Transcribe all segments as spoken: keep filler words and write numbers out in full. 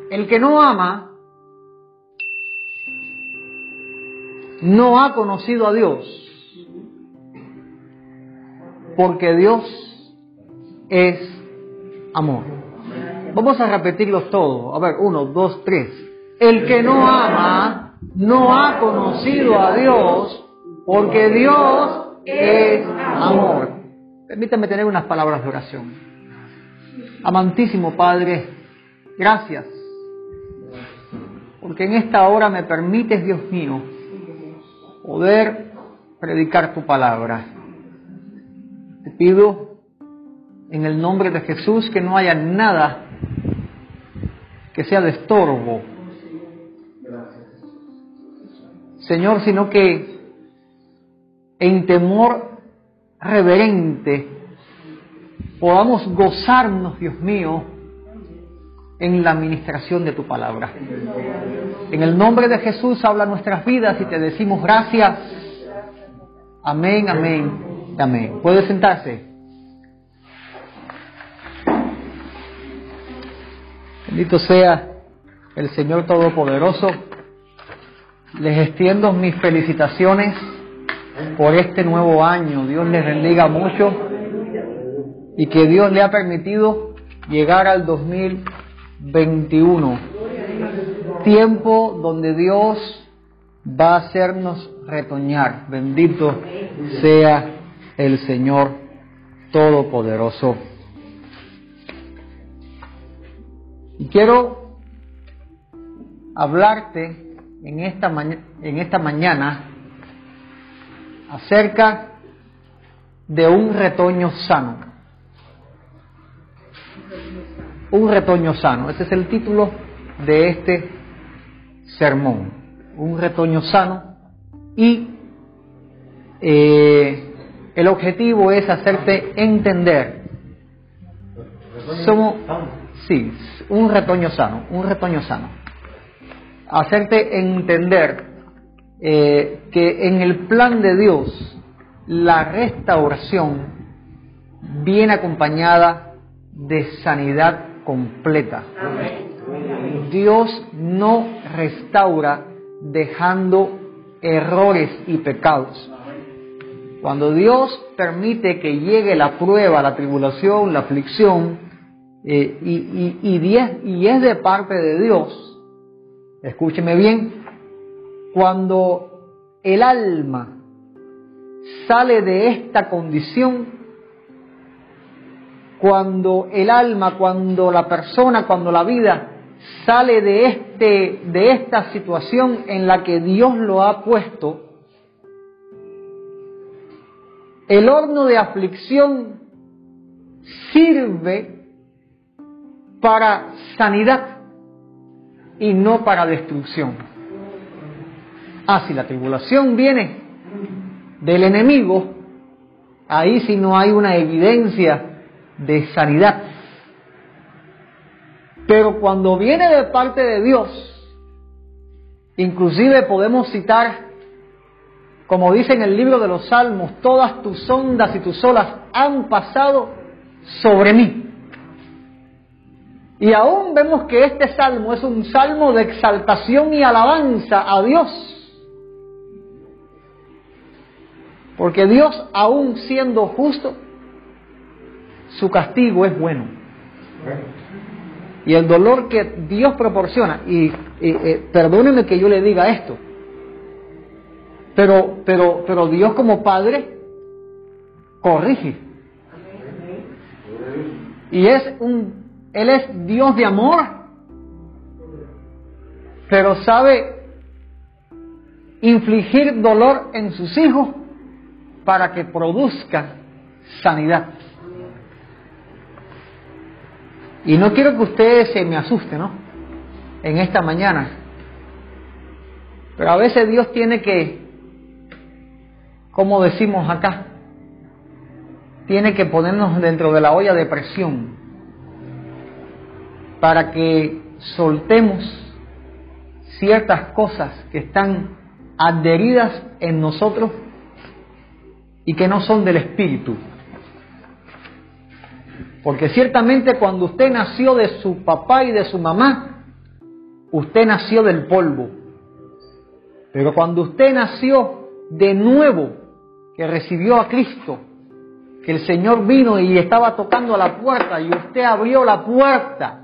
el que no ama no ha conocido a Dios, porque Dios es amor. Vamos a repetirlos todos. A ver, uno, dos, tres. El que no ama no ha conocido a Dios, porque Dios es amor. Permítame tener unas palabras de oración. Amantísimo Padre, gracias, porque en esta hora me permites, Dios mío, poder predicar tu palabra. Te pido en el nombre de Jesús que no haya nada que sea de estorbo, Señor, sino que en temor reverente podamos gozarnos, Dios mío, en la administración de tu palabra. En el nombre de Jesús habla nuestras vidas y te decimos gracias. Amén, amén, amén. ¿Puede sentarse? Bendito sea el Señor Todopoderoso. Les extiendo mis felicitaciones por este nuevo año. Dios les bendiga mucho y que Dios le ha permitido llegar al dos mil veintiuno, tiempo donde Dios va a hacernos retoñar. Bendito sea el Señor Todopoderoso. Y quiero hablarte en esta, ma- en esta mañana acerca de un retoño sano. Un retoño sano. Ese es el título de este sermón. Un retoño sano. Y eh, el objetivo es hacerte entender. Somos, sí, un retoño sano, un retoño sano. Hacerte entender eh, que en el plan de Dios la restauración viene acompañada de sanidad completa. Dios no restaura dejando errores y pecados. Cuando Dios permite que llegue la prueba, la tribulación, la aflicción, eh, y, y, y, es, y es de parte de Dios, escúcheme bien, cuando el alma sale de esta condición, cuando el alma, cuando la persona, cuando la vida sale de este, de esta situación en la que Dios lo ha puesto, el horno de aflicción sirve para sanidad y no para destrucción. Ah, si la tribulación viene del enemigo, ahí sí no hay una evidencia de sanidad. Pero cuando viene de parte de Dios, inclusive podemos citar, como dice en el libro de los Salmos, todas tus ondas y tus olas han pasado sobre mí. Y aún vemos que este salmo es un salmo de exaltación y alabanza a Dios. Porque Dios, aún siendo justo, su castigo es bueno. Y el dolor que Dios proporciona, y, y eh, perdónenme que yo le diga esto, pero, pero, pero Dios como Padre corrige. Y es un, Él es Dios de amor, pero sabe infligir dolor en sus hijos para que produzca sanidad. Y no quiero que ustedes se me asusten, ¿no? En esta mañana. Pero a veces Dios tiene que, como decimos acá, tiene que ponernos dentro de la olla de presión para que soltemos ciertas cosas que están adheridas en nosotros y que no son del Espíritu. Porque ciertamente cuando usted nació de su papá y de su mamá, usted nació del polvo. Pero cuando usted nació de nuevo, que recibió a Cristo, que el Señor vino y estaba tocando a la puerta y usted abrió la puerta.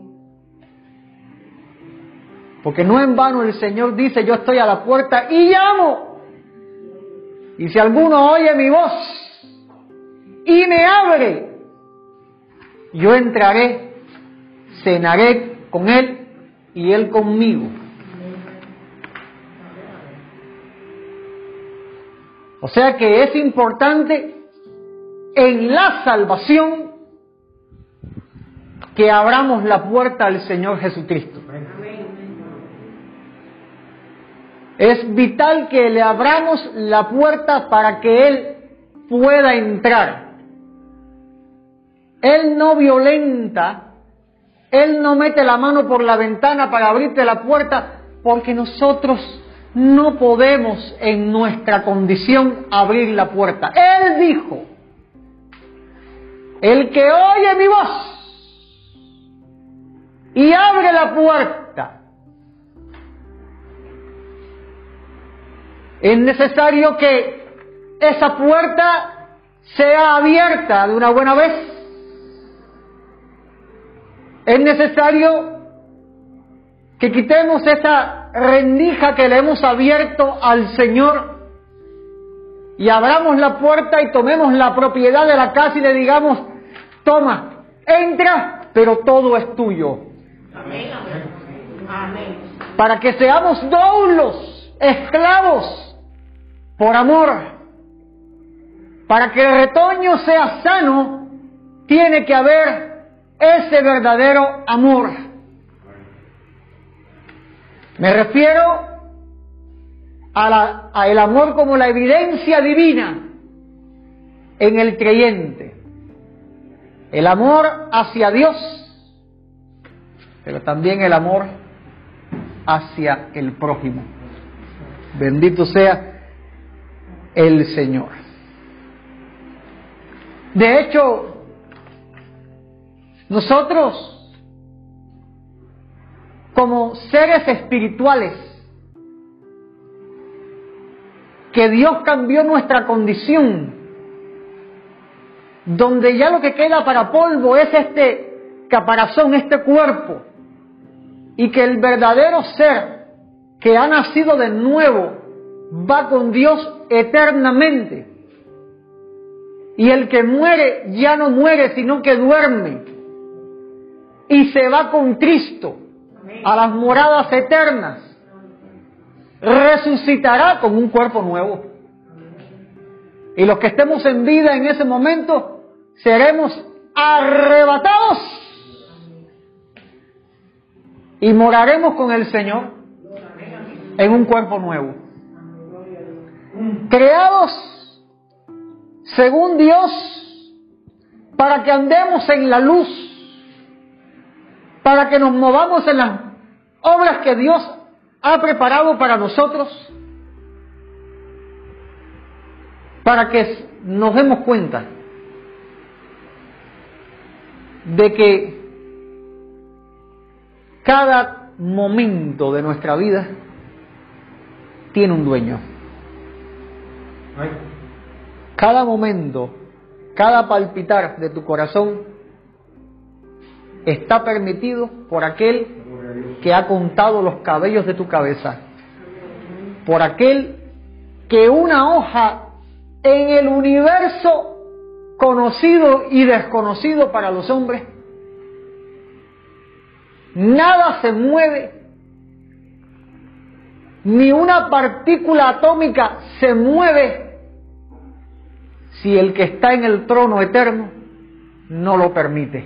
Porque no en vano el Señor dice, yo estoy a la puerta y llamo. Y si alguno oye mi voz y me abre, yo entraré, cenaré con él y él conmigo. O sea que es importante en la salvación que abramos la puerta al Señor Jesucristo. Es vital que le abramos la puerta para que Él pueda entrar. Él no violenta, Él no mete la mano por la ventana para abrirte la puerta, porque nosotros no podemos en nuestra condición abrir la puerta. Él dijo, el que oye mi voz y abre la puerta, es necesario que esa puerta sea abierta de una buena vez. Es necesario que quitemos esa rendija que le hemos abierto al Señor y abramos la puerta y tomemos la propiedad de la casa y le digamos, toma, entra, pero todo es tuyo. Amén. Amén. Para que seamos doulos, esclavos, por amor. Para que el retoño sea sano, tiene que haber ese verdadero amor. Me refiero a la, a el amor como la evidencia divina en el creyente. El amor hacia Dios, pero también el amor hacia el prójimo. Bendito sea el Señor. De hecho, nosotros, como seres espirituales, que Dios cambió nuestra condición, donde ya lo que queda para polvo es este caparazón, este cuerpo, y que el verdadero ser que ha nacido de nuevo va con Dios eternamente. Y el que muere ya no muere, sino que duerme y se va con Cristo a las moradas eternas. Resucitará con un cuerpo nuevo. Y los que estemos en vida en ese momento seremos arrebatados y moraremos con el Señor en un cuerpo nuevo. Creados según Dios para que andemos en la luz, para que nos movamos en las obras que Dios ha preparado para nosotros, para que nos demos cuenta de que cada momento de nuestra vida tiene un dueño. Cada momento, cada palpitar de tu corazón está permitido por aquel que ha contado los cabellos de tu cabeza, por aquel que una hoja en el universo conocido y desconocido para los hombres, nada se mueve, ni una partícula atómica se mueve si el que está en el trono eterno no lo permite.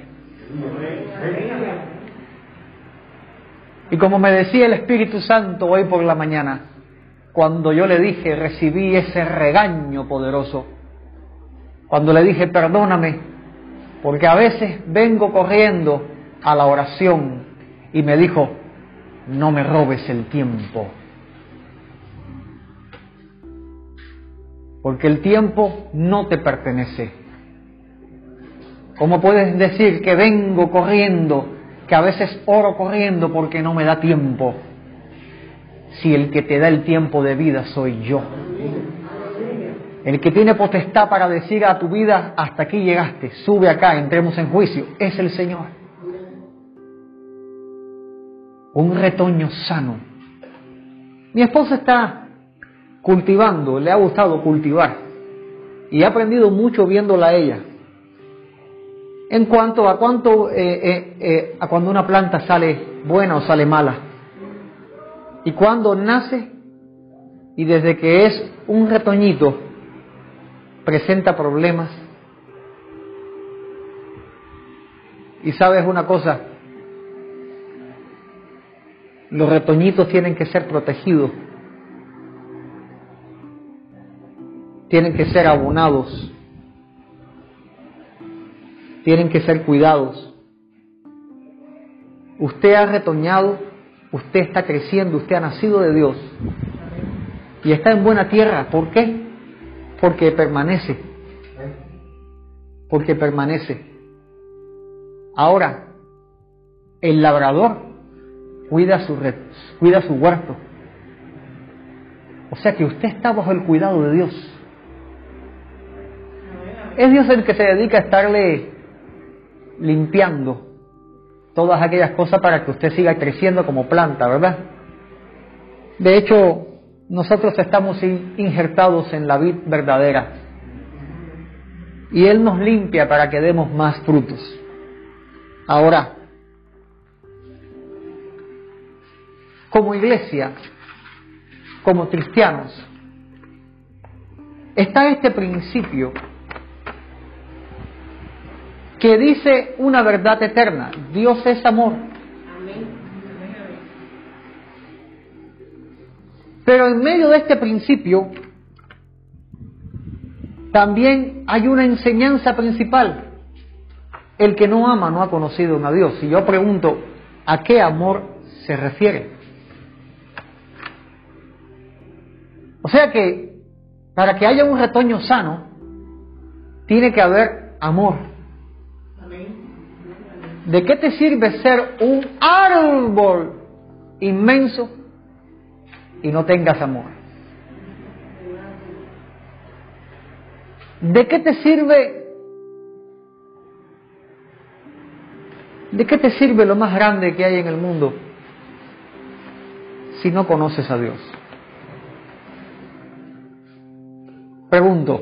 Y como me decía el Espíritu Santo hoy por la mañana, cuando yo le dije, recibí ese regaño poderoso, cuando le dije, perdóname, porque a veces vengo corriendo a la oración, y me dijo, no me robes el tiempo, porque el tiempo no te pertenece. ¿Cómo puedes decir que vengo corriendo que a veces oro corriendo porque no me da tiempo. Si el que te da el tiempo de vida soy yo. El que tiene potestad para decir a tu vida, hasta aquí llegaste, sube acá, entremos en juicio, es el Señor. Un retoño sano. Mi esposa está cultivando, le ha gustado cultivar, y he aprendido mucho viéndola a ella. En cuanto a cuánto, eh, eh, eh, a cuando una planta sale buena o sale mala. Y cuando nace, y desde que es un retoñito, presenta problemas. Y sabes una cosa, los retoñitos tienen que ser protegidos, tienen que ser abonados, tienen que ser cuidados. Usted ha retoñado, usted está creciendo, usted ha nacido de Dios y está en buena tierra. ¿Por qué? Porque permanece, porque permanece. Ahora, el labrador cuida su, cuida su huerto. O sea que usted está bajo el cuidado de Dios. Es Dios el que se dedica a estarle limpiando todas aquellas cosas para que usted siga creciendo como planta, ¿verdad? De hecho, nosotros estamos injertados en la vid verdadera y Él nos limpia para que demos más frutos. Ahora, como iglesia, como cristianos, está este principio que dice una verdad eterna: Dios es amor. Pero en medio de este principio también hay una enseñanza principal. El que no ama no ha conocido a Dios. Y yo pregunto, ¿a qué amor se refiere? O sea que para que haya un retoño sano, tiene que haber amor. ¿De qué te sirve ser un árbol inmenso y no tengas amor? ¿De qué te sirve? ¿De qué te sirve lo más grande que hay en el mundo si no conoces a Dios? Pregunto,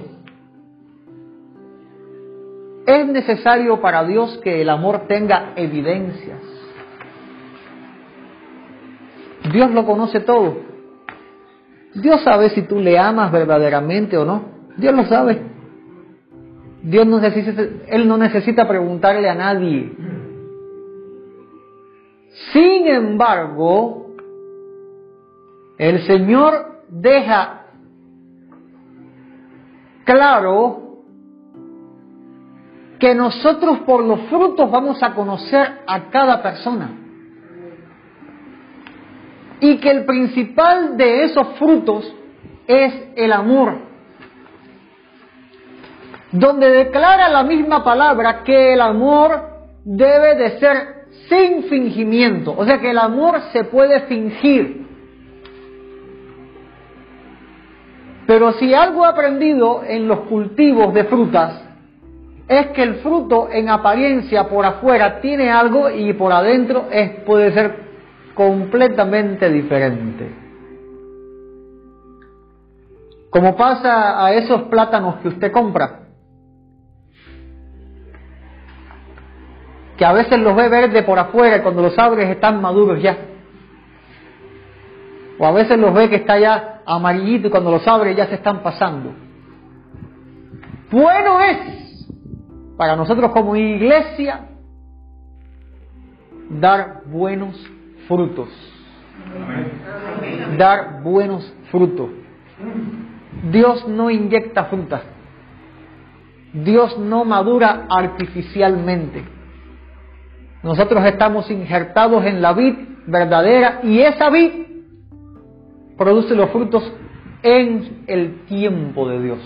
¿es necesario para Dios que el amor tenga evidencias? Dios lo conoce todo. Dios sabe si tú le amas verdaderamente o no. Dios lo sabe. Dios no necesita, Él no necesita preguntarle a nadie. Sin embargo, el Señor deja claro que nosotros por los frutos vamos a conocer a cada persona. Y que el principal de esos frutos es el amor. Donde declara la misma palabra que el amor debe de ser sin fingimiento. O sea que el amor se puede fingir. Pero si algo he aprendido en los cultivos de frutas, es que el fruto en apariencia por afuera tiene algo y por adentro es, puede ser completamente diferente. Como pasa a esos plátanos que usted compra, que a veces los ve verde por afuera y cuando los abres están maduros ya. O a veces los ve que está ya amarillito y cuando los abres ya se están pasando. Bueno es para nosotros como iglesia dar buenos frutos. Amén. Dar buenos frutos. Dios no inyecta fruta. Dios no madura artificialmente. Nosotros estamos injertados en la vid verdadera y esa vid produce los frutos en el tiempo de Dios.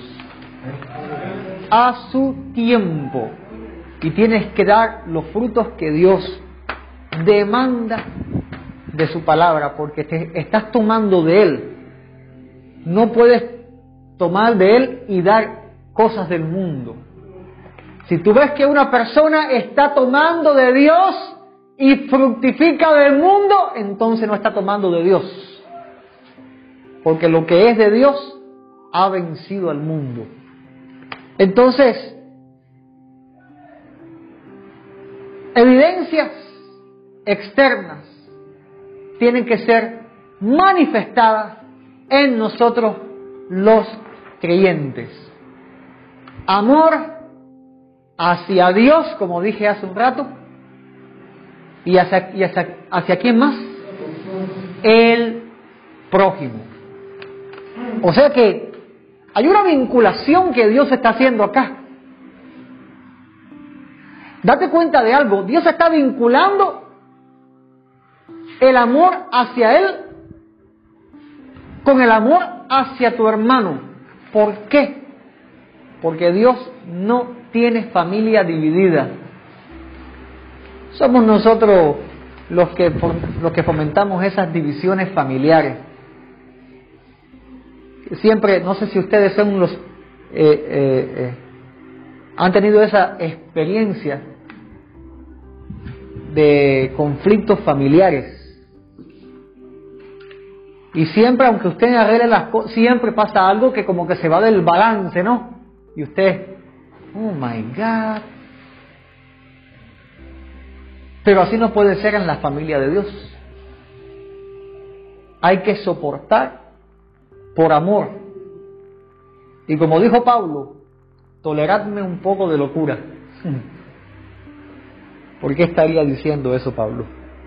A su tiempo. Y tienes que dar los frutos que Dios demanda de su palabra, porque te estás tomando de Él. No puedes tomar de Él y dar cosas del mundo. Si tú ves que una persona está tomando de Dios y fructifica del mundo, entonces no está tomando de Dios. Porque lo que es de Dios ha vencido al mundo. Entonces, evidencias externas tienen que ser manifestadas en nosotros los creyentes. Amor hacia Dios, como dije hace un rato, y hacia, y hacia, hacia quién más, el prójimo. O sea que hay una vinculación que Dios está haciendo acá. Date cuenta de algo, Dios está vinculando el amor hacia Él con el amor hacia tu hermano. ¿Por qué? Porque Dios no tiene familia dividida. Somos nosotros los que, los que fomentamos esas divisiones familiares. Siempre, no sé si ustedes son los, eh, eh, eh, han tenido esa experiencia de conflictos familiares. Y siempre, aunque usted arregle las cosas, siempre pasa algo que como que se va del balance, ¿no? Y usted, oh my God. Pero así no puede ser en la familia de Dios. Hay que soportar por amor. Y como dijo Pablo, toleradme un poco de locura. ¿Por qué estaría diciendo eso Pablo?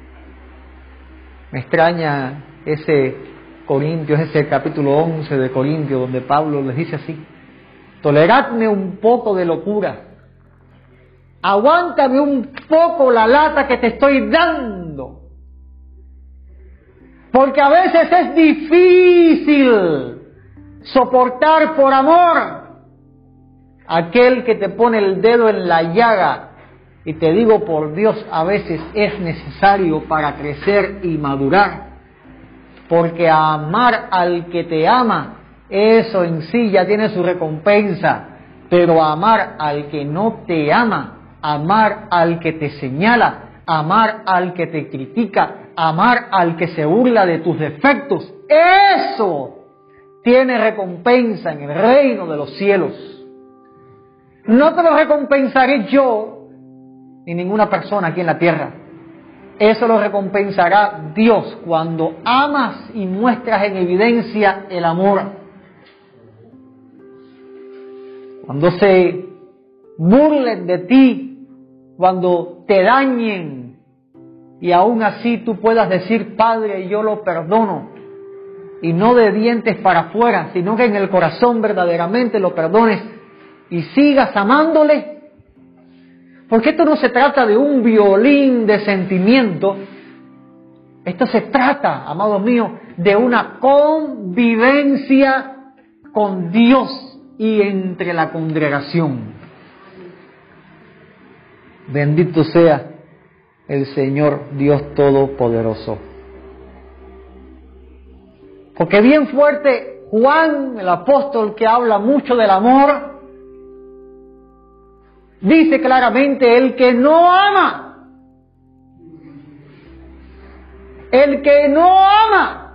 Me extraña ese Corintios, ese capítulo once de Corintios, donde Pablo les dice así: toleradme un poco de locura. Aguántame un poco la lata que te estoy dando. Porque a veces es difícil soportar por amor aquel que te pone el dedo en la llaga. Y te digo por Dios, a veces es necesario para crecer y madurar. Porque amar al que te ama, eso en sí ya tiene su recompensa. Pero amar al que no te ama, amar al que te señala, amar al que te critica, amar al que se burla de tus defectos, eso tiene recompensa en el reino de los cielos. No te lo recompensaré yo ni ninguna persona aquí en la tierra. Eso lo recompensará Dios cuando amas y muestras en evidencia el amor. Cuando se burlen de ti, cuando te dañen y aún así tú puedas decir: Padre, yo lo perdono, y no de dientes para afuera, sino que en el corazón verdaderamente lo perdones y sigas amándole. Porque esto no se trata de un violín de sentimiento. Esto se trata, amados míos, de una convivencia con Dios y entre la congregación. Bendito sea el Señor Dios Todopoderoso. Porque bien fuerte, Juan, el apóstol que habla mucho del amor, dice claramente: el que no ama, el que no ama,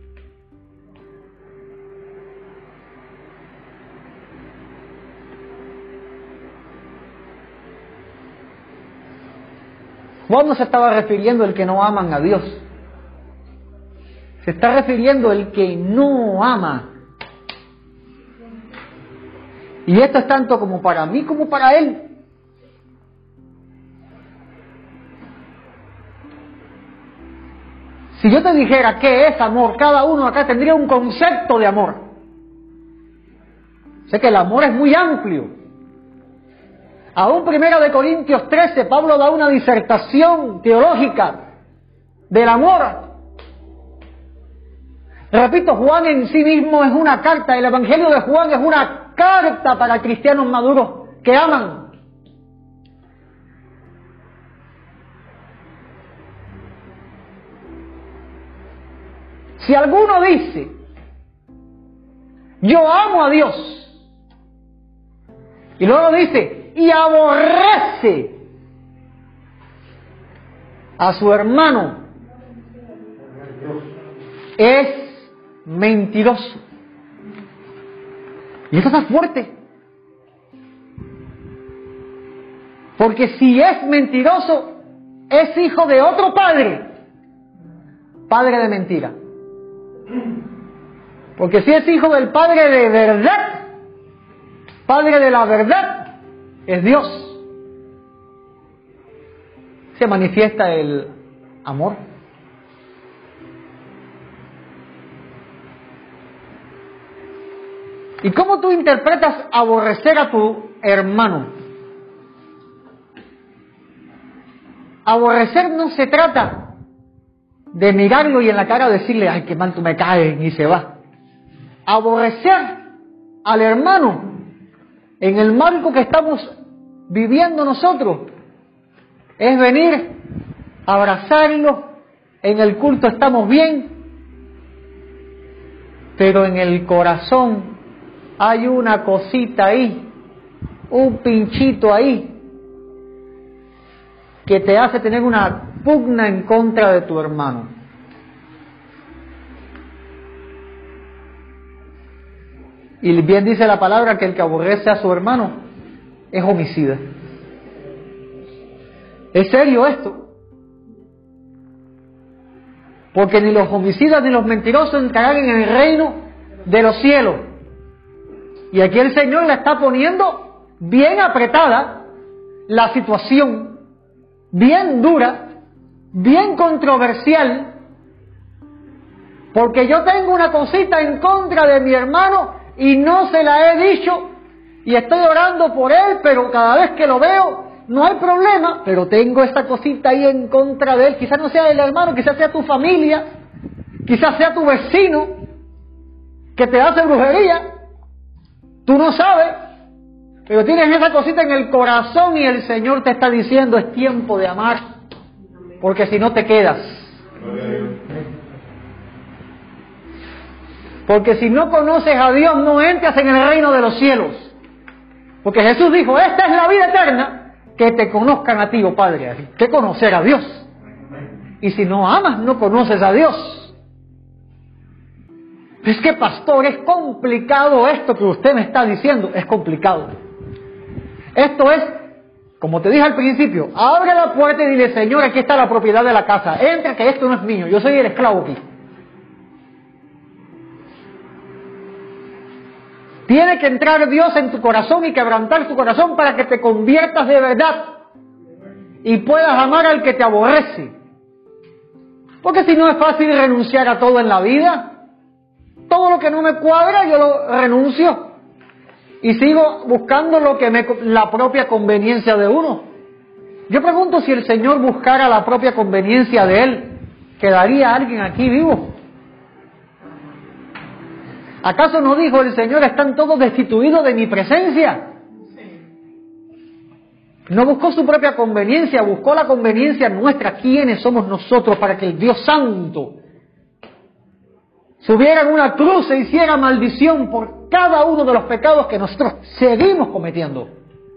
Juan no se estaba refiriendo al que no aman a Dios, se está refiriendo al que no ama. Y esto es tanto como para mí como para él. Si yo te dijera qué es amor, cada uno acá tendría un concepto de amor. Sé que el amor es muy amplio. Aún primero de Corintios trece, Pablo da una disertación teológica del amor. Repito, Juan en sí mismo es una carta, el Evangelio de Juan es una carta para cristianos maduros que aman. Si alguno dice, yo amo a Dios, y luego dice, y aborrece a su hermano, es mentiroso. Y esto está fuerte. Porque si es mentiroso, es hijo de otro padre. Padre de mentira. Porque si es hijo del Padre de verdad, Padre de la verdad, es Dios. Se manifiesta el amor. ¿Y cómo tú interpretas aborrecer a tu hermano? Aborrecer no se trata de mirarlo y en la cara decirle, ay, qué mal tú me caes, y se va. Aborrecer al hermano en el marco que estamos viviendo nosotros es venir a abrazarlo. En el culto estamos bien, pero en el corazón hay una cosita ahí, un pinchito ahí, que te hace tener una pugna en contra de tu hermano. Y bien dice la palabra que el que aborrece a su hermano es homicida. ¿Es serio esto? Porque ni los homicidas ni los mentirosos entrarán en el reino de los cielos. Y aquí el Señor le está poniendo bien apretada la situación, bien dura, bien controversial, porque yo tengo una cosita en contra de mi hermano y no se la he dicho y estoy orando por él, pero cada vez que lo veo no hay problema, pero tengo esta cosita ahí en contra de él. Quizás no sea el hermano, quizás sea tu familia, quizás sea tu vecino que te hace brujería, tú no sabes, pero tienes esa cosita en el corazón y el Señor te está diciendo, es tiempo de amar, porque si no te quedas. Porque si no conoces a Dios, no entras en el reino de los cielos. Porque Jesús dijo, esta es la vida eterna, que te conozcan a ti, oh Padre, que conocer a Dios. Y si no amas, no conoces a Dios. Es que, pastor, es complicado esto que usted me está diciendo, es complicado. Esto es, como te dije al principio, abre la puerta y dile, Señor, aquí está la propiedad de la casa, entra que esto no es mío, yo soy el esclavo aquí. Tiene que entrar Dios en tu corazón y quebrantar tu corazón para que te conviertas de verdad y puedas amar al que te aborrece. Porque si no es fácil renunciar a todo en la vida. Todo lo que no me cuadra yo lo renuncio y sigo buscando lo que me, la propia conveniencia de uno. Yo pregunto, si el Señor buscara la propia conveniencia de Él, ¿quedaría alguien aquí vivo? ¿Acaso no dijo el Señor, están todos destituidos de mi presencia? No buscó su propia conveniencia, buscó la conveniencia nuestra. ¿Quiénes somos nosotros para que el Dios Santo subiera en una cruz e hiciera maldición por cada uno de los pecados que nosotros seguimos cometiendo?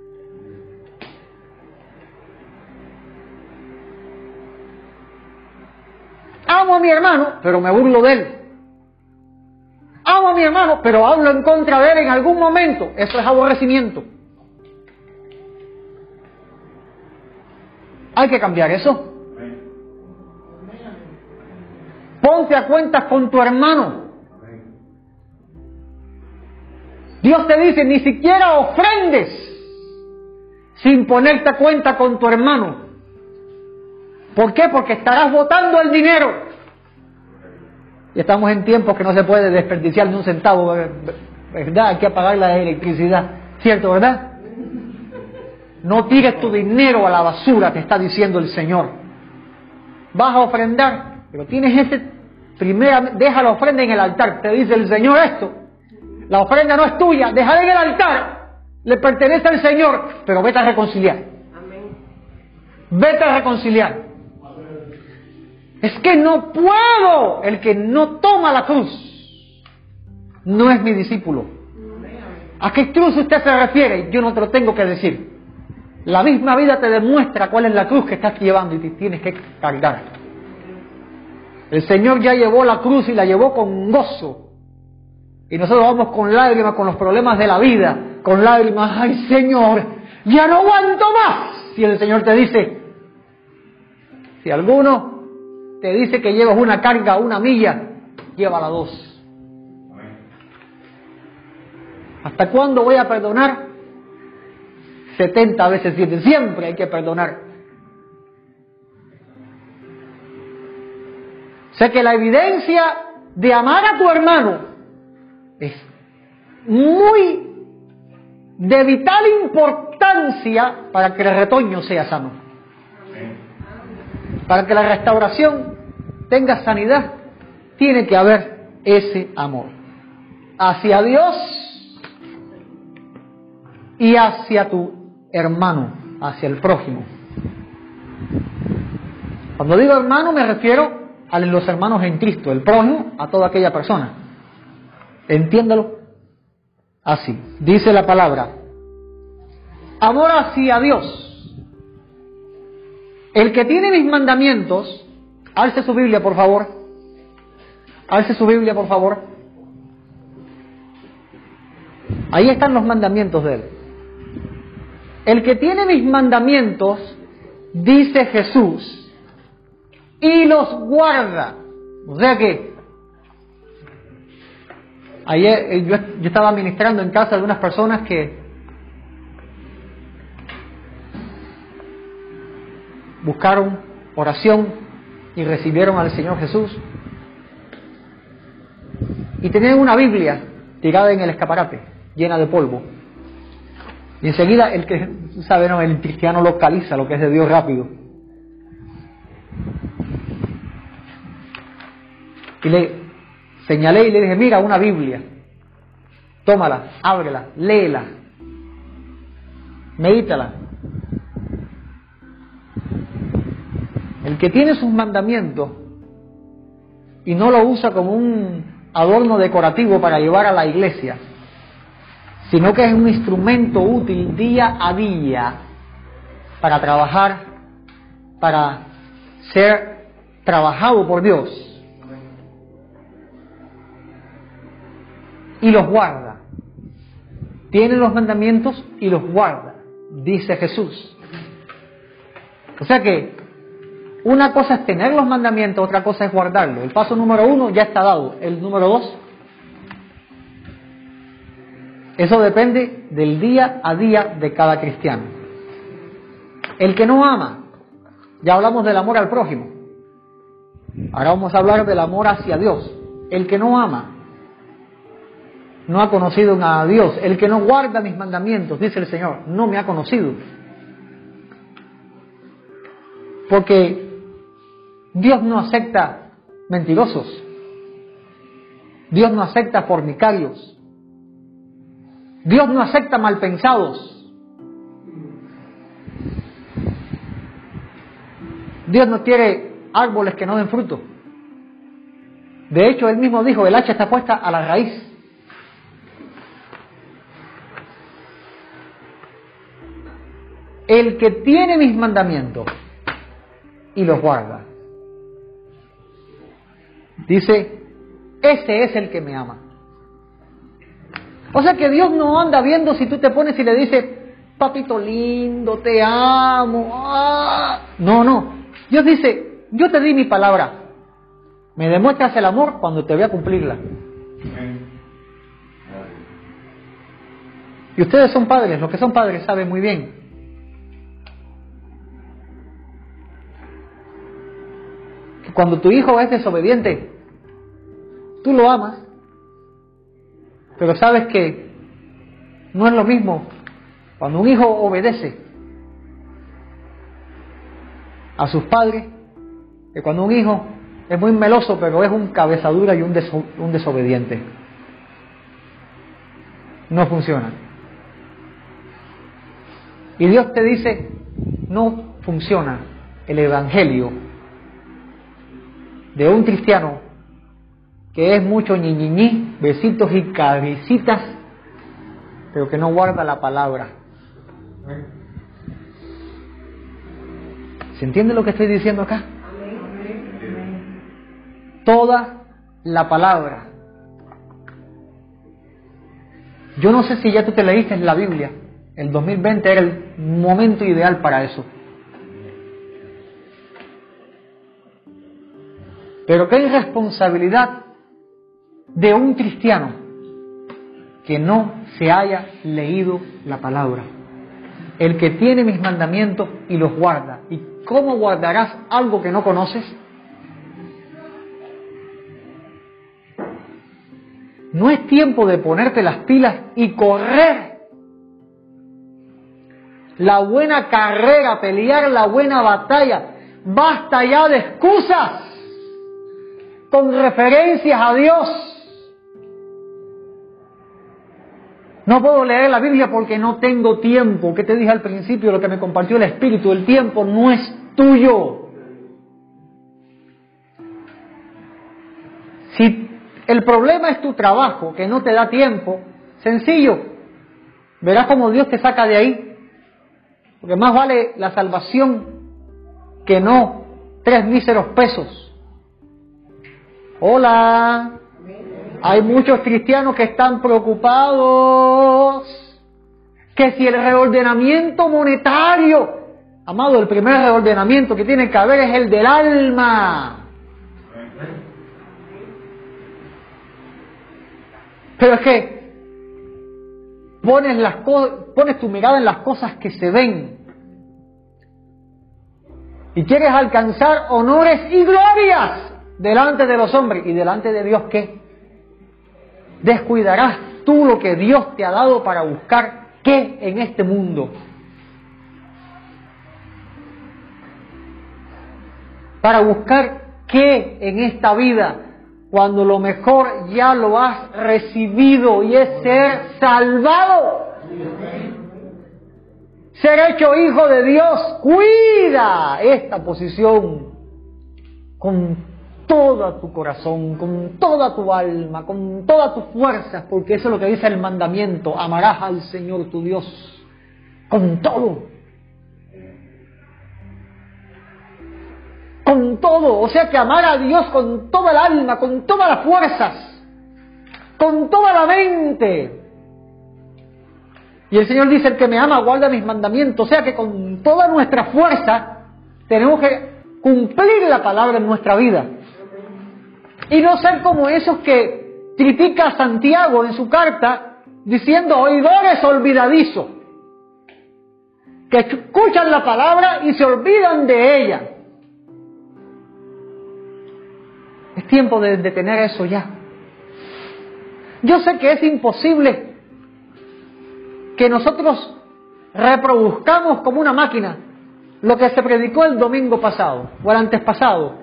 Amo a mi hermano, pero me burlo de él. Amo a mi hermano, pero hablo en contra de él en algún momento. Eso es aborrecimiento. Hay que cambiar eso. Ponte a cuentas con tu hermano. Dios te dice, ni siquiera ofrendes sin ponerte a cuenta con tu hermano. ¿Por qué? Porque estarás botando el dinero. Y estamos en tiempos que no se puede desperdiciar ni un centavo, ¿verdad? Hay que apagar la electricidad, ¿cierto, verdad? No tires tu dinero a la basura, te está diciendo el Señor. Vas a ofrendar, pero tienes ese primera, deja la ofrenda en el altar, te dice el Señor esto. La ofrenda no es tuya, déjala en el altar, le pertenece al Señor, pero vete a reconciliar. Vete a reconciliar. Es que no puedo. El que no toma la cruz no es mi discípulo. ¿A qué cruz usted se refiere? Yo no te lo tengo que decir. La misma vida te demuestra cuál es la cruz que estás llevando y te tienes que cargar. El Señor ya llevó la cruz y la llevó con gozo. Y nosotros vamos con lágrimas, con los problemas de la vida, con lágrimas. ¡Ay, Señor! ¡Ya no aguanto más! Y el Señor te dice, si alguno te dice que llevas una carga, una milla, llévala dos. ¿Hasta cuándo voy a perdonar? setenta veces siete. Siempre hay que perdonar. Sé que la evidencia de amar a tu hermano es muy de vital importancia para que el retoño sea sano. Para que la restauración tenga sanidad, tiene que haber ese amor hacia Dios y hacia tu hermano, hacia el prójimo. Cuando digo hermano me refiero a los hermanos en Cristo, el prójimo a toda aquella persona. Entiéndalo así. Dice la palabra, amor hacia Dios. El que tiene mis mandamientos, alce su Biblia por favor, alce su Biblia por favor. Ahí están los mandamientos de Él. El que tiene mis mandamientos, dice Jesús, y los guarda. O sea que, ayer yo, yo estaba ministrando en casa de unas personas que buscaron oración y recibieron al Señor Jesús y tenían una Biblia tirada en el escaparate, llena de polvo. Y enseguida el que sabe, no, el cristiano localiza lo que es de Dios rápido. Y le señalé y le dije, mira, una Biblia, tómala, ábrela, léela, medítala. El que tiene sus mandamientos y no lo usa como un adorno decorativo para llevar a la iglesia, sino que es un instrumento útil día a día para trabajar, para ser trabajado por Dios, y los guarda. Tiene los mandamientos y los guarda, dice Jesús. O sea que una cosa es tener los mandamientos, otra cosa es guardarlos. El paso número uno ya está dado. El número dos, eso depende del día a día de cada cristiano. El que no ama, ya hablamos del amor al prójimo. Ahora vamos a hablar del amor hacia Dios. El que no ama, no ha conocido a Dios. El que no guarda mis mandamientos, dice el Señor, no me ha conocido. Porque Dios no acepta mentirosos. Dios no acepta fornicarios. Dios no acepta malpensados. Dios no quiere árboles que no den fruto. De hecho, Él mismo dijo, el hacha está puesta a la raíz. El que tiene mis mandamientos y los guarda, dice, ese es el que me ama. O sea que Dios no anda viendo si tú te pones y le dices, papito lindo, te amo. ¡Ah! No, no. Dios dice, yo te di mi palabra. Me demuestras el amor cuando te voy a cumplirla. Y ustedes son padres, los que son padres saben muy bien que cuando tu hijo es desobediente, tú lo amas, pero sabes que no es lo mismo cuando un hijo obedece a sus padres que cuando un hijo es muy meloso pero es un cabezadura y un, deso- un desobediente. No funciona. Y Dios te dice, no funciona el evangelio de un cristiano que es mucho ñiñiñi, besitos y caricitas, pero que no guarda la palabra. ¿Se entiende lo que estoy diciendo acá? Toda la palabra. Yo no sé si ya tú te leíste en la Biblia. El dos mil veinte era el momento ideal para eso. Pero qué irresponsabilidad de un cristiano que no se haya leído la palabra. El que tiene mis mandamientos y los guarda. ¿Y cómo guardarás algo que no conoces? No es tiempo de ponerte las pilas y correr la buena carrera, pelear la buena batalla. Basta ya de excusas con referencias a Dios. No puedo leer la Biblia porque no tengo tiempo. ¿Qué te dije al principio? Lo que me compartió el Espíritu. El tiempo no es tuyo. Si el problema es tu trabajo, que no te da tiempo, sencillo, verás cómo Dios te saca de ahí. Porque más vale la salvación que no tres míseros pesos. Hola. Hay muchos cristianos que están preocupados que si el reordenamiento monetario, amado, el primer reordenamiento que tiene que haber es el del alma. Pero es que pones las co- pones tu mirada en las cosas que se ven y quieres alcanzar honores y glorias delante de los hombres. ¿Y delante de Dios qué? Descuidarás tú lo que Dios te ha dado para buscar qué en este mundo. Para buscar qué en esta vida, cuando lo mejor ya lo has recibido y es ser salvado. Ser hecho hijo de Dios. Cuida esta posición con todo tu corazón, con toda tu alma, con todas tus fuerzas, porque eso es lo que dice el mandamiento: amarás al Señor tu Dios con todo, con todo. O sea que amar a Dios con toda el alma, con todas las fuerzas, con toda la mente. Y el Señor dice: el que me ama guarda mis mandamientos. O sea que con toda nuestra fuerza tenemos que cumplir la palabra en nuestra vida. Y no ser como esos que critica Santiago en su carta diciendo oidores olvidadizos, que escuchan la palabra y se olvidan de ella. Es tiempo de detener eso ya. Yo sé que es imposible que nosotros reproduzcamos como una máquina lo que se predicó el domingo pasado o el antes pasado.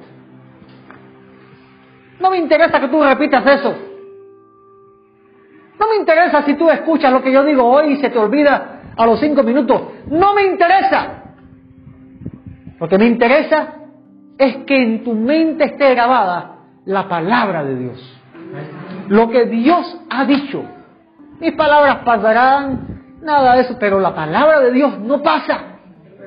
No me interesa que tú repitas eso. No me interesa si tú escuchas lo que yo digo hoy y se te olvida a los cinco minutos. No me interesa. Lo que me interesa es que en tu mente esté grabada la palabra de Dios. Lo que Dios ha dicho. Mis palabras pasarán, nada de eso, pero la palabra de Dios no pasa.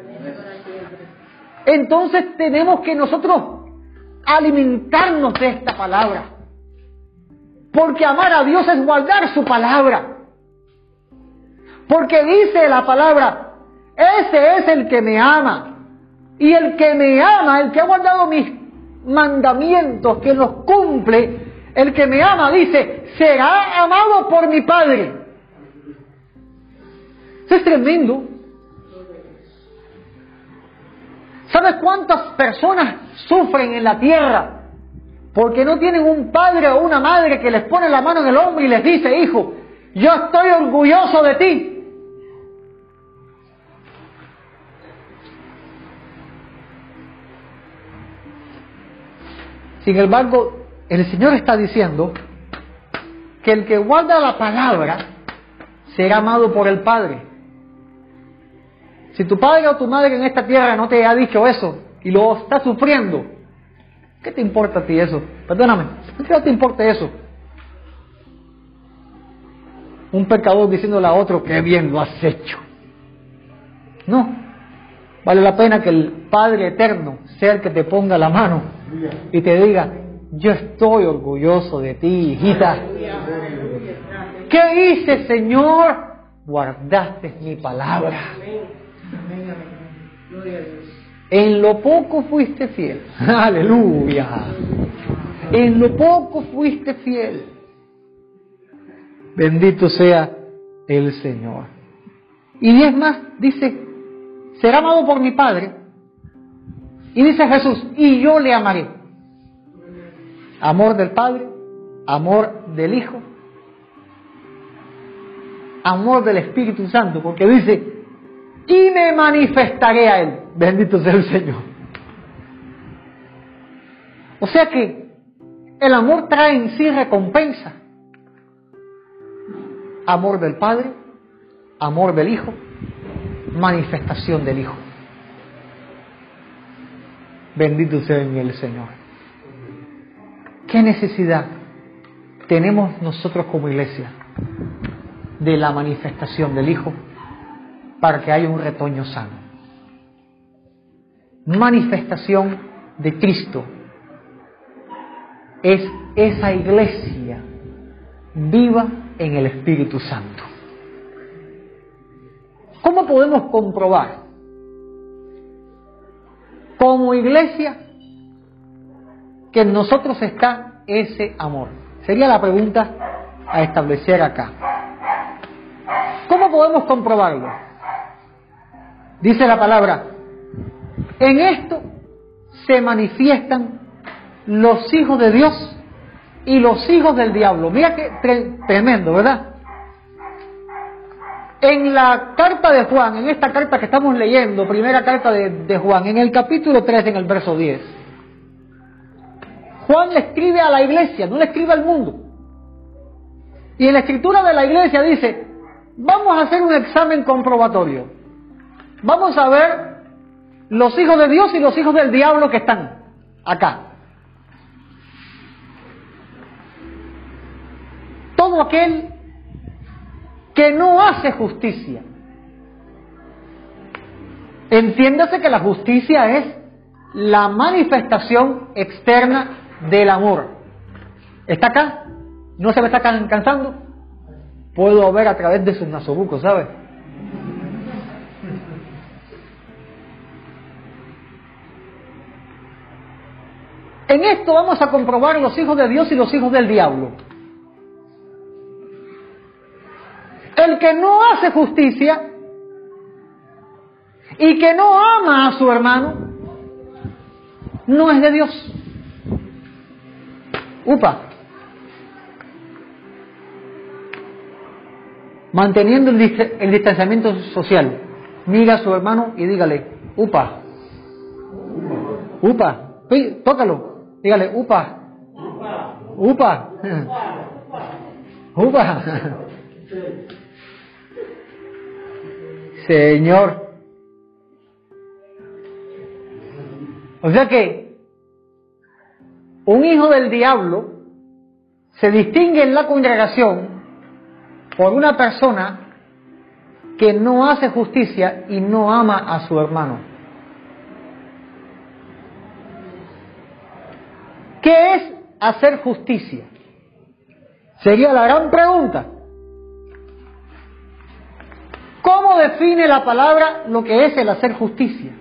Entonces tenemos que nosotros alimentarnos de esta palabra, porque amar a Dios es guardar su palabra, porque dice la palabra: ese es el que me ama, y el que me ama, el que ha guardado mis mandamientos, que los cumple, el que me ama, dice, será amado por mi Padre. Eso es tremendo. ¿Sabes cuántas personas sufren en la tierra porque no tienen un padre o una madre que les pone la mano en el hombro y les dice: hijo, yo estoy orgulloso de ti? Sin embargo, el Señor está diciendo que el que guarda la palabra será amado por el Padre. Si tu padre o tu madre en esta tierra no te ha dicho eso y lo está sufriendo, ¿Qué te importa a ti eso? Perdóname, ¿qué no te importa eso? Un pecador diciéndole a otro, qué bien lo has hecho. No, vale la pena que el Padre Eterno sea el que te ponga la mano y te diga, yo estoy orgulloso de ti, hijita. ¿Qué hice, Señor? Guardaste mi palabra. En lo poco fuiste fiel. Aleluya. En lo poco fuiste fiel. Bendito sea el Señor. Y es más, dice, será amado por mi Padre. Y dice Jesús, y yo le amaré. Amor del Padre, amor del Hijo, amor del Espíritu Santo, porque dice, y me manifestaré a Él. Bendito sea el Señor. O sea que el amor trae en sí recompensa. Amor del Padre, amor del Hijo, manifestación del Hijo. Bendito sea el Señor. ¿Qué necesidad tenemos nosotros como iglesia de la manifestación del Hijo para que haya un retoño sano? Manifestación de Cristo es esa iglesia viva en el Espíritu Santo. ¿Cómo podemos comprobar como iglesia que en nosotros está ese amor? Sería la pregunta a establecer acá. ¿Cómo podemos comprobarlo? Dice la palabra, en esto se manifiestan los hijos de Dios y los hijos del diablo. Mira qué tre- tremendo, ¿verdad? En la carta de Juan, en esta carta que estamos leyendo, primera carta de, de Juan, en el capítulo tres, en el verso diez, Juan le escribe a la iglesia, no le escribe al mundo. Y en la escritura de la iglesia dice, vamos a hacer un examen comprobatorio. Vamos a ver los hijos de Dios y los hijos del diablo que están acá. Todo aquel que no hace justicia. Entiéndase que la justicia es la manifestación externa del amor. ¿Está acá? ¿No se me está cansando? Puedo ver a través de sus nasobucos, ¿sabes? En esto vamos a comprobar los hijos de Dios y los hijos del diablo. El que no hace justicia y que no ama a su hermano no es de Dios. Upa. Manteniendo el, dist- el distanciamiento social. Mira a su hermano y dígale, upa. Upa. Uy, tócalo. Dígale, upa. Upa. Upa. Señor. O sea que un hijo del diablo se distingue en la congregación por una persona que no hace justicia y no ama a su hermano. ¿Qué es hacer justicia? Sería la gran pregunta. ¿Cómo define la palabra lo que es el hacer justicia?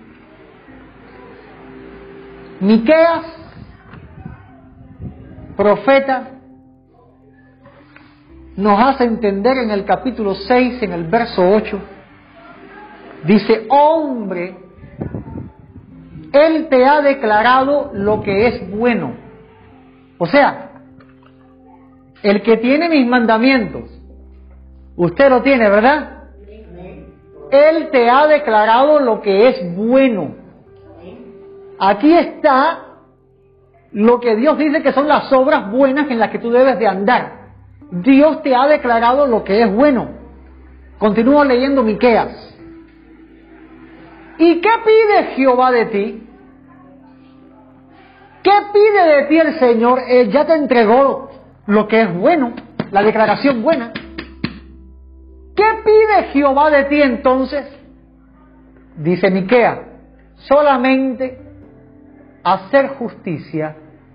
Miqueas, profeta, nos hace entender en el capítulo seis, en el verso ocho, dice, hombre, Él te ha declarado lo que es bueno. O sea, el que tiene mis mandamientos, usted lo tiene, ¿verdad? Él te ha declarado lo que es bueno. Aquí está lo que Dios dice que son las obras buenas en las que tú debes de andar. Dios te ha declarado lo que es bueno. Continúo leyendo Miqueas. ¿Y qué pide Jehová de ti? ¿Qué pide de ti el Señor? Él ya te entregó lo que es bueno, la declaración buena. ¿Qué pide Jehová de ti entonces? Dice Miquea, solamente hacer justicia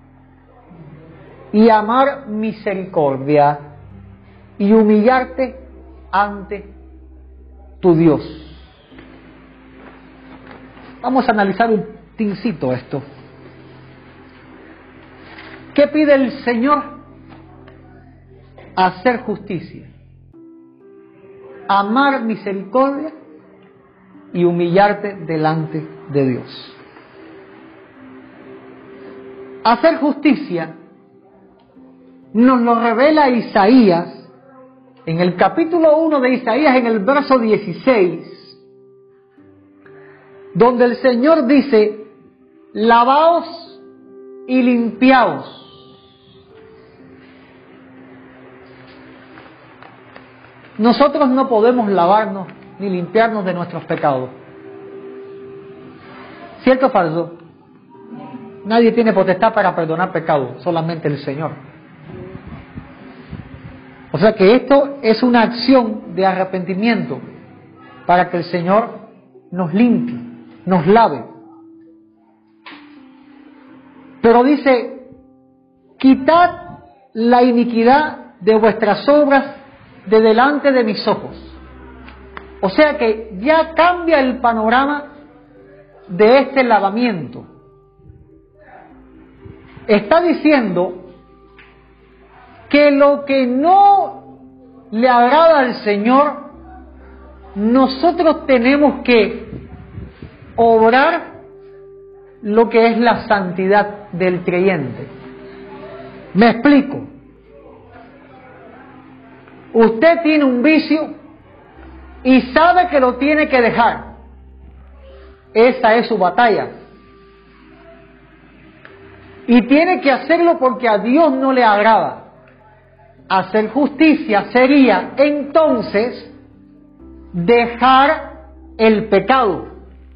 y amar misericordia y humillarte ante tu Dios. Vamos a analizar un tincito esto. ¿Qué pide el Señor? Hacer justicia, amar misericordia y humillarte delante de Dios. Hacer justicia nos lo revela Isaías en el capítulo uno de Isaías, en el verso dieciséis, donde el Señor dice: lavaos y limpiaos. Nosotros no podemos lavarnos ni limpiarnos de nuestros pecados. ¿Cierto o falso? Nadie tiene potestad para perdonar pecados, solamente el Señor. O sea que esto es una acción de arrepentimiento para que el Señor nos limpie, nos lave. Pero dice: quitad la iniquidad de vuestras obras de delante de mis ojos. O sea que ya cambia el panorama de este lavamiento. Está diciendo que lo que no le agrada al Señor, nosotros tenemos que obrar lo que es la santidad del creyente. Me explico. Usted tiene un vicio y sabe que lo tiene que dejar. Esa es su batalla. Y tiene que hacerlo porque a Dios no le agrada. Hacer justicia sería entonces dejar el pecado,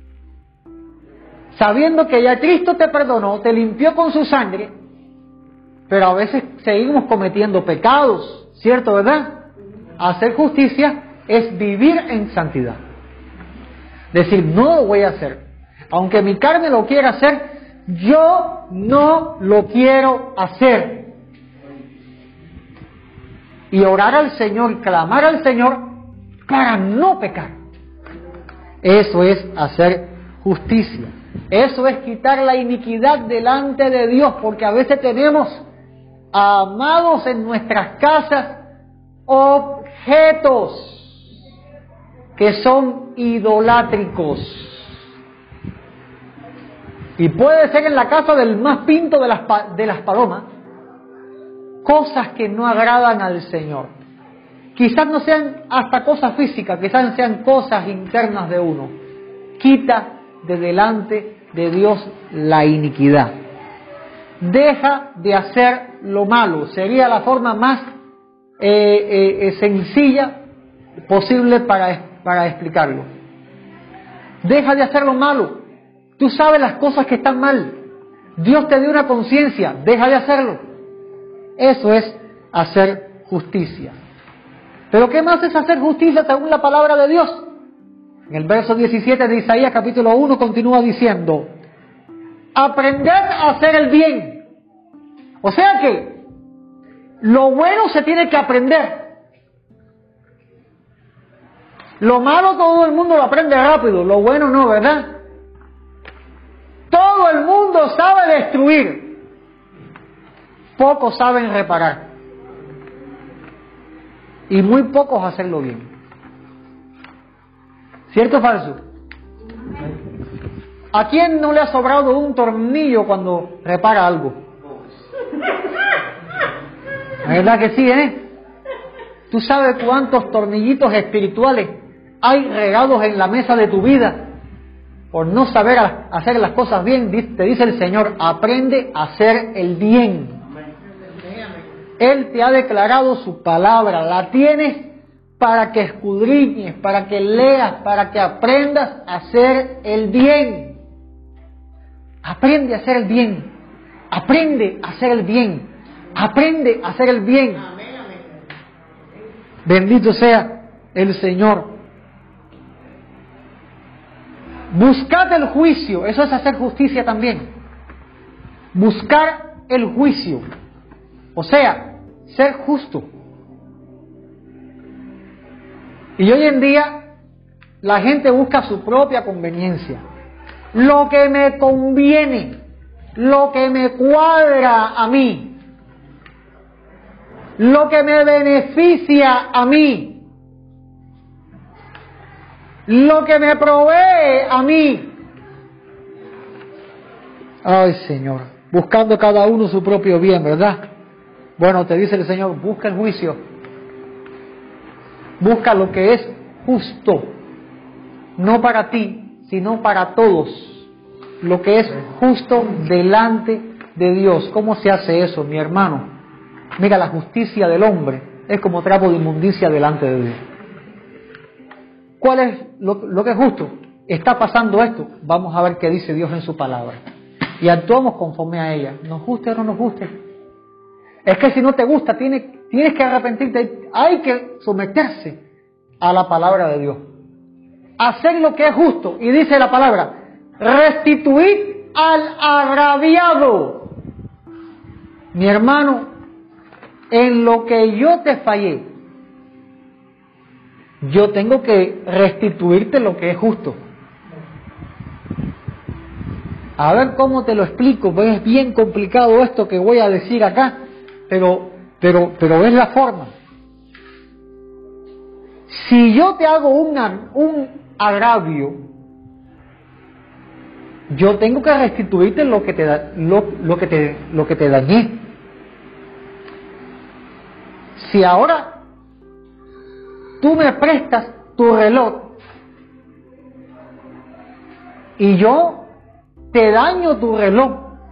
sabiendo que ya Cristo te perdonó, te limpió con su sangre, pero a veces seguimos cometiendo pecados, ¿cierto, verdad? Hacer justicia es vivir en santidad. Decir, no lo voy a hacer. Aunque mi carne lo quiera hacer, yo no lo quiero hacer. Y orar al Señor, clamar al Señor para no pecar. Eso es hacer justicia. Eso es quitar la iniquidad delante de Dios, porque a veces tenemos amados en nuestras casas objetos que son idolátricos. Y puede ser en la casa del más pinto de las, de las palomas, cosas que no agradan al Señor. Quizás no sean hasta cosas físicas, quizás sean cosas internas de uno. Quita de delante de Dios la iniquidad. Deja de hacer lo malo. Sería la forma más eh, eh, sencilla posible para, para explicarlo. Deja de hacer lo malo. Tú sabes las cosas que están mal. Dios te dio una conciencia. Deja de hacerlo. Eso es hacer justicia. ¿Pero qué más es hacer justicia según la palabra de Dios? En el verso diecisiete de Isaías capítulo uno continúa diciendo: aprender a hacer el bien. O sea que lo bueno se tiene que aprender. Lo malo todo el mundo lo aprende rápido, lo bueno no, ¿verdad? Todo el mundo sabe destruir. Pocos saben reparar. Y muy pocos hacerlo bien. ¿Cierto o falso? ¿A quién no le ha sobrado un tornillo cuando repara algo? ¿La verdad que sí, eh? ¿Tú sabes cuántos tornillitos espirituales hay regados en la mesa de tu vida por no saber hacer las cosas bien? Te dice el Señor: aprende a hacer el bien. Él te ha declarado su palabra, la tienes para que escudriñes, para que leas, para que aprendas a hacer el bien. Aprende a hacer el bien. Aprende a hacer el bien. Aprende a hacer el bien. Amén, amén. Bendito sea el Señor. Buscad el juicio. Eso es hacer justicia también. Buscar el juicio. O sea, ser justo. Y hoy en día la gente busca su propia conveniencia. Lo que me conviene, lo que me cuadra a mí, lo que me beneficia a mí, lo que me provee a mí. Ay, Señor, buscando cada uno su propio bien, ¿verdad? Bueno, te dice el Señor, busca el juicio. Busca lo que es justo, no para ti, sino para todos. Lo que es justo delante de Dios. ¿Cómo se hace eso, mi hermano? Mira, la justicia del hombre es como trapo de inmundicia delante de Dios. ¿Cuál es lo, lo que es justo? Está pasando esto. Vamos a ver qué dice Dios en su palabra. Y actuamos conforme a ella. Nos guste o no nos guste. Es que si no te gusta, tienes, tienes que arrepentirte. Hay que someterse a la palabra de Dios. Hacer lo que es justo. Y dice la palabra, restituir al agraviado. Mi hermano, en lo que yo te fallé, yo tengo que restituirte lo que es justo. A ver cómo te lo explico, pues es bien complicado esto que voy a decir acá, pero, pero, pero es la forma. Si yo te hago una, un agravio, yo tengo que restituirte lo que te da, lo, lo que te, lo que te dañé. Si ahora tú me prestas tu reloj y yo te daño tu reloj,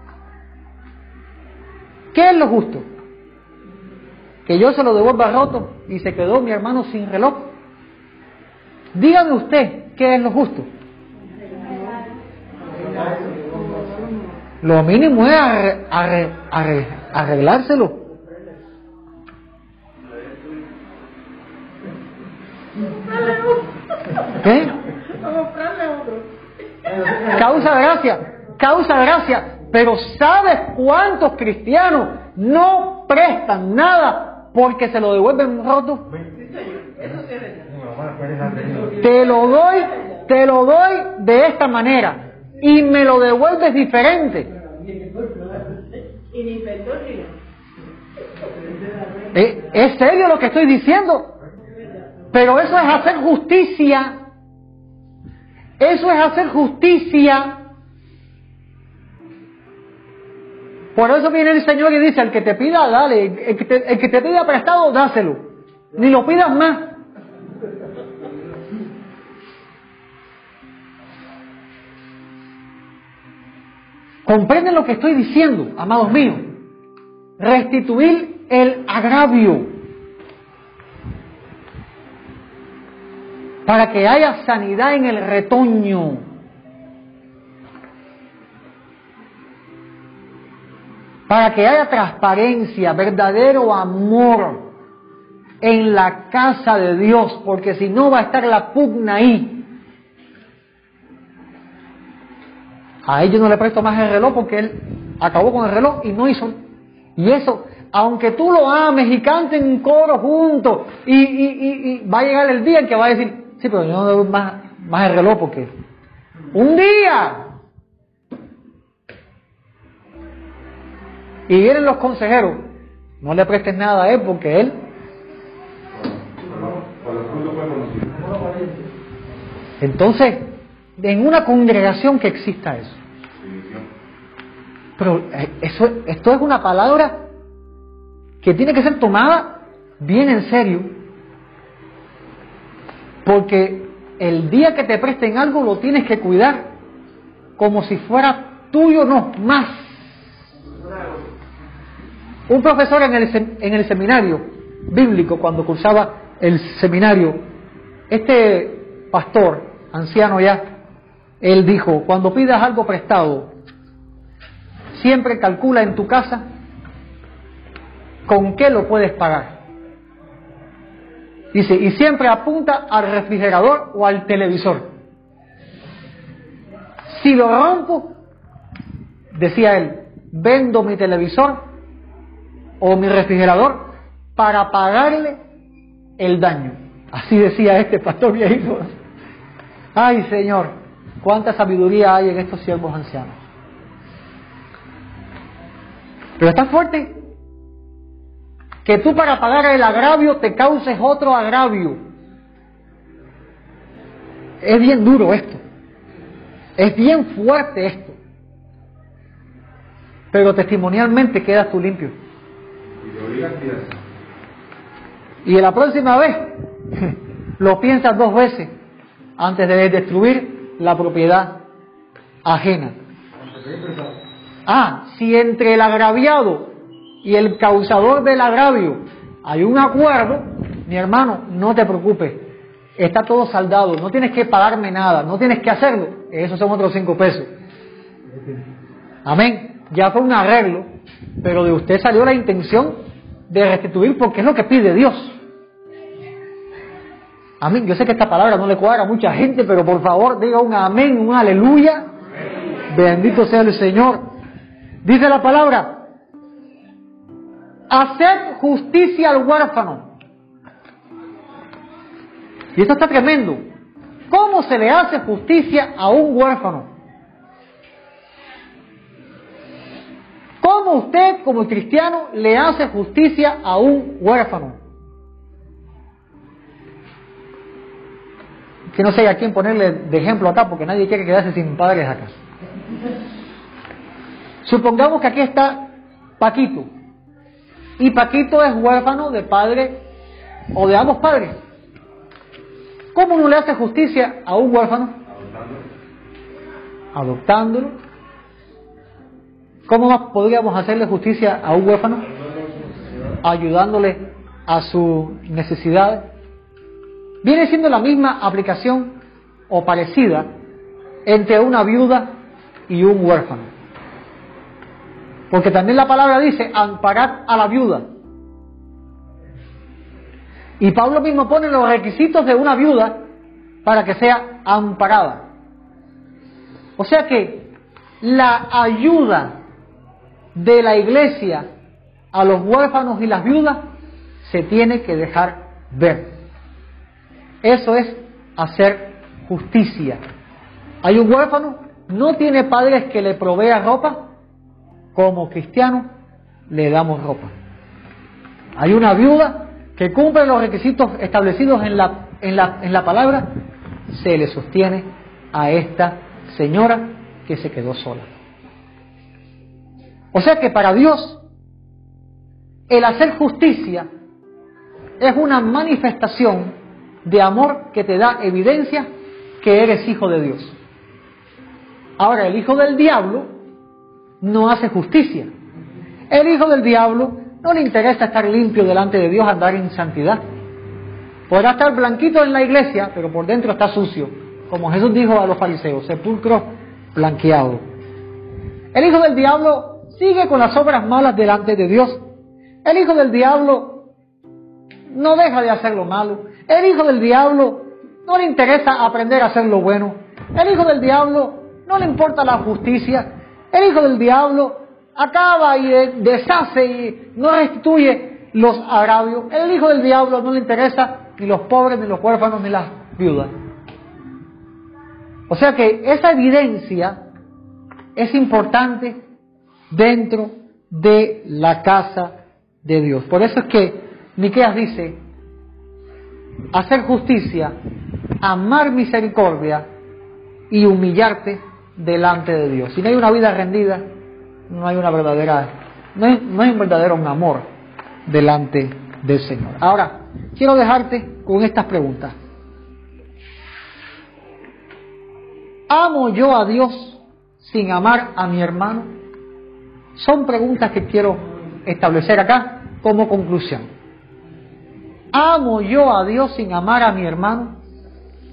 ¿qué es lo justo? ¿Que yo se lo devuelva roto y se quedó mi hermano sin reloj? Dígame usted, ¿qué es lo justo? Lo mínimo es arre, arre, arre, arreglárselo. ¿Qué? Causa gracia, causa gracia. Pero ¿sabes cuántos cristianos no prestan nada porque se lo devuelven roto? Te lo doy, te lo doy de esta manera y me lo devuelves diferente. ¿Es, es serio lo que estoy diciendo? Pero eso es hacer justicia. Eso es hacer justicia. Por eso viene el Señor y dice, el que te pida, dale. El que te, el que te pida prestado, dáselo. Ni lo pidas más. ¿Comprenden lo que estoy diciendo, amados míos? Restituir el agravio. Para que haya sanidad en el retoño. Para que haya transparencia, verdadero amor en la casa de Dios, porque si no va a estar la pugna ahí. A él yo no le presto más el reloj porque él acabó con el reloj y no hizo. Y eso, aunque tú lo ames y canten un coro juntos, y, y, y, y va a llegar el día en que va a decir, sí, pero yo no doy más, más el reloj porque un día. Y vienen los consejeros, no le prestes nada a él porque él. Entonces, en una congregación que exista eso. Pero eso, esto es una palabra que tiene que ser tomada bien en serio. Porque el día que te presten algo lo tienes que cuidar como si fuera tuyo, no, más. Un profesor en el, en el seminario bíblico, cuando cursaba el seminario, este pastor, anciano ya, él dijo, cuando pidas algo prestado, siempre calcula en tu casa con qué lo puedes pagar. Dice, y siempre apunta al refrigerador o al televisor. Si lo rompo, decía él, vendo mi televisor o mi refrigerador para pagarle el daño. Así decía este pastor viejito. Ay, Señor, cuánta sabiduría hay en estos siervos ancianos. Pero está fuerte que tú para pagar el agravio te causes otro agravio. Es bien duro esto. Es bien fuerte esto. Pero testimonialmente quedas tú limpio. Y la próxima vez lo piensas dos veces antes de destruir la propiedad ajena. Ah, si entre el agraviado y el causador del agravio hay un acuerdo, mi hermano, no te preocupes, está todo saldado, no tienes que pagarme nada, no tienes que hacerlo, esos son otros cinco pesos. Amén, ya fue un arreglo, pero de usted salió la intención de restituir porque es lo que pide Dios. Amén, yo sé que esta palabra no le cuadra a mucha gente, pero por favor diga un amén, un aleluya. Bendito sea el Señor. Dice la palabra, haced justicia al huérfano. Y esto está tremendo. ¿Cómo se le hace justicia a un huérfano? ¿Cómo usted como cristiano le hace justicia a un huérfano? Que no sé a quién ponerle de ejemplo acá, porque nadie quiere quedarse sin padres acá. Supongamos que aquí está Paquito, y Paquito es huérfano de padre o de ambos padres. ¿Cómo uno le hace justicia a un huérfano? Adoptándolo. ¿Cómo más podríamos hacerle justicia a un huérfano? Ayudándole a sus necesidades. Viene siendo la misma aplicación o parecida entre una viuda y un huérfano. Porque también la palabra dice, amparad a la viuda. Y Pablo mismo pone los requisitos de una viuda para que sea amparada. O sea que la ayuda de la iglesia a los huérfanos y las viudas se tiene que dejar ver. Eso es hacer justicia. Hay un huérfano, no tiene padres que le provea ropa, como cristianos le damos ropa. Hay una viuda que cumple los requisitos establecidos en la, en la, en la palabra, se le sostiene a esta señora que se quedó sola. O sea que para Dios el hacer justicia es una manifestación de amor que te da evidencia que eres hijo de Dios. Ahora, el hijo del diablo no hace justicia. El hijo del diablo no le interesa estar limpio delante de Dios, andar en santidad. Podrá estar blanquito en la iglesia, pero por dentro está sucio, como Jesús dijo a los fariseos, sepulcro blanqueado. El hijo del diablo sigue con las obras malas delante de Dios. El hijo del diablo no deja de hacer lo malo. El hijo del diablo no le interesa aprender a hacer lo bueno. El hijo del diablo no le importa la justicia. El hijo del diablo acaba y deshace y no restituye los agravios. El hijo del diablo no le interesa ni los pobres, ni los huérfanos, ni las viudas. O sea que esa evidencia es importante dentro de la casa de Dios. Por eso es que Miqueas dice, hacer justicia, amar misericordia y humillarte delante de Dios. Si no hay una vida rendida, no hay una verdadera, no hay, no hay un verdadero amor delante del Señor. Ahora, quiero dejarte con estas preguntas. ¿Amo yo a Dios sin amar a mi hermano? Son preguntas que quiero establecer acá como conclusión. ¿Amo yo a Dios sin amar a mi hermano?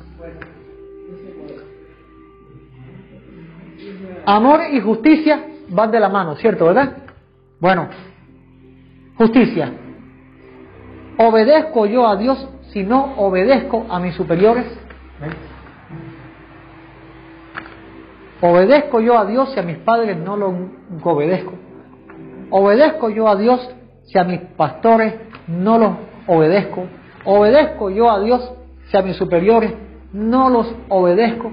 Amor y justicia van de la mano, ¿cierto, verdad? Bueno, justicia. ¿Obedezco yo a Dios si no obedezco a mis superiores? ¿Obedezco yo a Dios si a mis padres no los obedezco? ¿Obedezco yo a Dios si a mis pastores no los obedezco? ¿Obedezco yo a Dios si a mis superiores no los obedezco?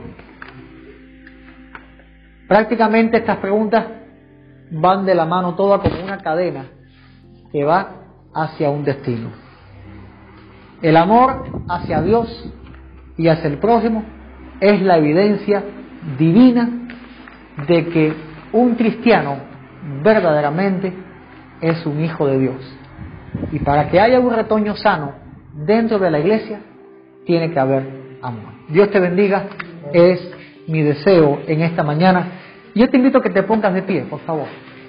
Prácticamente estas preguntas van de la mano todas como una cadena que va hacia un destino. El amor hacia Dios y hacia el prójimo es la evidencia divina de que un cristiano verdaderamente es un hijo de Dios. Y para que haya un retoño sano dentro de la iglesia, tiene que haber amor. Dios te bendiga, es mi deseo en esta mañana. Yo te invito a que te pongas de pie, por favor.